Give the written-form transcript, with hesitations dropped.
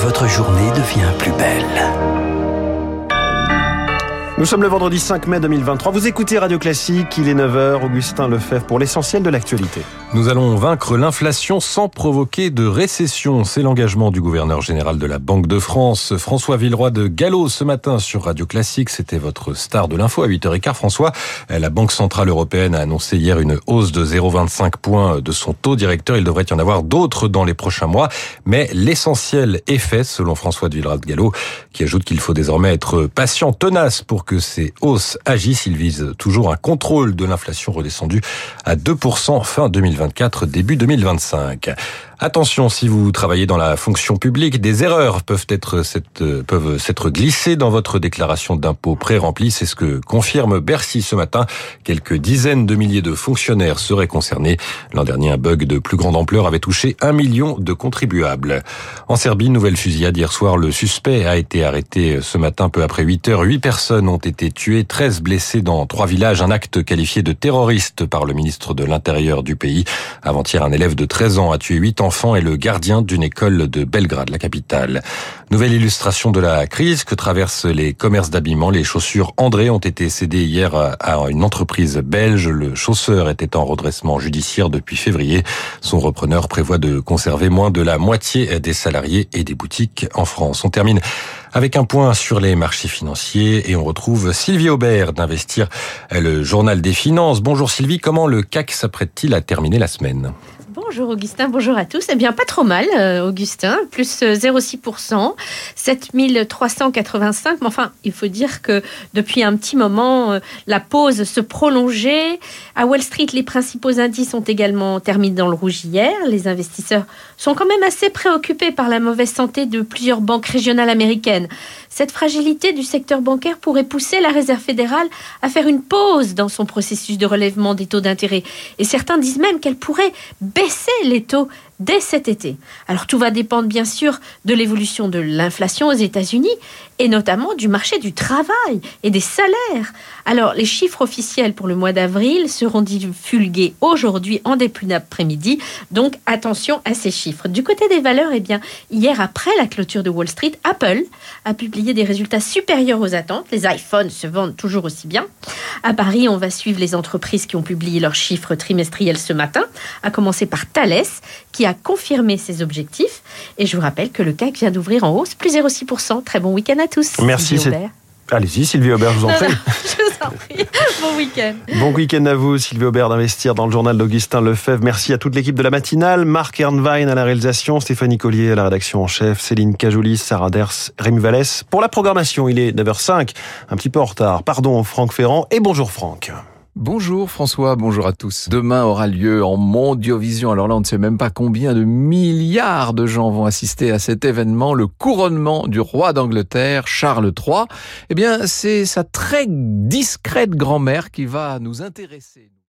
votre journée devient plus belle. Nous sommes le vendredi 5 mai 2023. Vous écoutez Radio Classique, il est 9h. Augustin Lefebvre pour l'essentiel de l'actualité. Nous allons vaincre l'inflation sans provoquer de récession. C'est l'engagement du gouverneur général de la Banque de France, François Villeroy de Galhau, ce matin sur Radio Classique. C'était votre star de l'info à 8h15. François, la Banque Centrale Européenne a annoncé hier une hausse de 0,25 points de son taux directeur. Il devrait y en avoir d'autres dans les prochains mois. Mais l'essentiel est fait, selon François de Villeroy de Galhau, qui ajoute qu'il faut désormais être patient, tenace pour que ces hausses agissent. Il vise toujours un contrôle de l'inflation redescendue à 2% fin 2024, début 2025. Attention, si vous travaillez dans la fonction publique, des erreurs peuvent s'être glissées dans votre déclaration d'impôt pré-remplie. C'est ce que confirme Bercy ce matin. Quelques dizaines de milliers de fonctionnaires seraient concernés. L'an dernier, un bug de plus grande ampleur avait touché 1 million de contribuables. En Serbie, nouvelle fusillade hier soir. Le suspect a été arrêté ce matin peu après 8h. 8 personnes ont été tuées, 13 blessées dans 3 villages. Un acte qualifié de terroriste par le ministre de l'Intérieur du pays. Avant-hier, un élève de 13 ans a tué 8 enfants et le gardien d'une école de Belgrade, la capitale. Nouvelle illustration de la crise que traversent les commerces d'habillement. Les chaussures André ont été cédées hier à une entreprise belge. Le chausseur était en redressement judiciaire depuis février. Son repreneur prévoit de conserver moins de la moitié des salariés et des boutiques en France. On termine avec un point sur les marchés financiers et on retrouve Sylvie Aubert d'Investir, le journal des finances. Bonjour Sylvie, comment le CAC s'apprête-t-il à terminer la semaine ? Bonjour Augustin, bonjour à tous. Eh bien, pas trop mal, Augustin, plus 0,6%, 7385. Mais enfin, il faut dire que depuis un petit moment, la pause se prolongeait. À Wall Street, les principaux indices ont également terminé dans le rouge hier. Les investisseurs sont quand même assez préoccupés par la mauvaise santé de plusieurs banques régionales américaines. Cette fragilité du secteur bancaire pourrait pousser la Réserve fédérale à faire une pause dans son processus de relèvement des taux d'intérêt. Et certains disent même qu'elle pourrait baisser les taux dès cet été. Alors tout va dépendre bien sûr de l'évolution de l'inflation aux États-Unis et notamment du marché du travail et des salaires. Alors les chiffres officiels pour le mois d'avril seront divulgués aujourd'hui en début d'après-midi, donc attention à ces chiffres. Du côté des valeurs, eh bien, hier après la clôture de Wall Street, Apple a publié des résultats supérieurs aux attentes. Les iPhones se vendent toujours aussi bien. À Paris, on va suivre les entreprises qui ont publié leurs chiffres trimestriels ce matin, à commencer par Thales, qui a confirmé ses objectifs. Et je vous rappelle que le CAC vient d'ouvrir en hausse, plus 0,6%. Très bon week-end à tous. Merci. Allez-y, Sylvie Aubert, je vous en prie. Je vous en prie. Bon week-end. Bon week-end à vous, Sylvie Aubert d'Investir dans le journal d'Augustin Lefebvre. Merci à toute l'équipe de la matinale. Marc Ernwein à la réalisation, Stéphanie Collier à la rédaction en chef, Céline Cajoulis, Sarah Ders, Rémi Vallès. Pour la programmation, il est 9h05, un petit peu en retard. Pardon, Franck Ferrand. Et bonjour Franck. Bonjour François, bonjour à tous. Demain aura lieu en Mondiovision, alors là on ne sait même pas combien de milliards de gens vont assister à cet événement, le couronnement du roi d'Angleterre, Charles III. Eh bien c'est sa très discrète grand-mère qui va nous intéresser.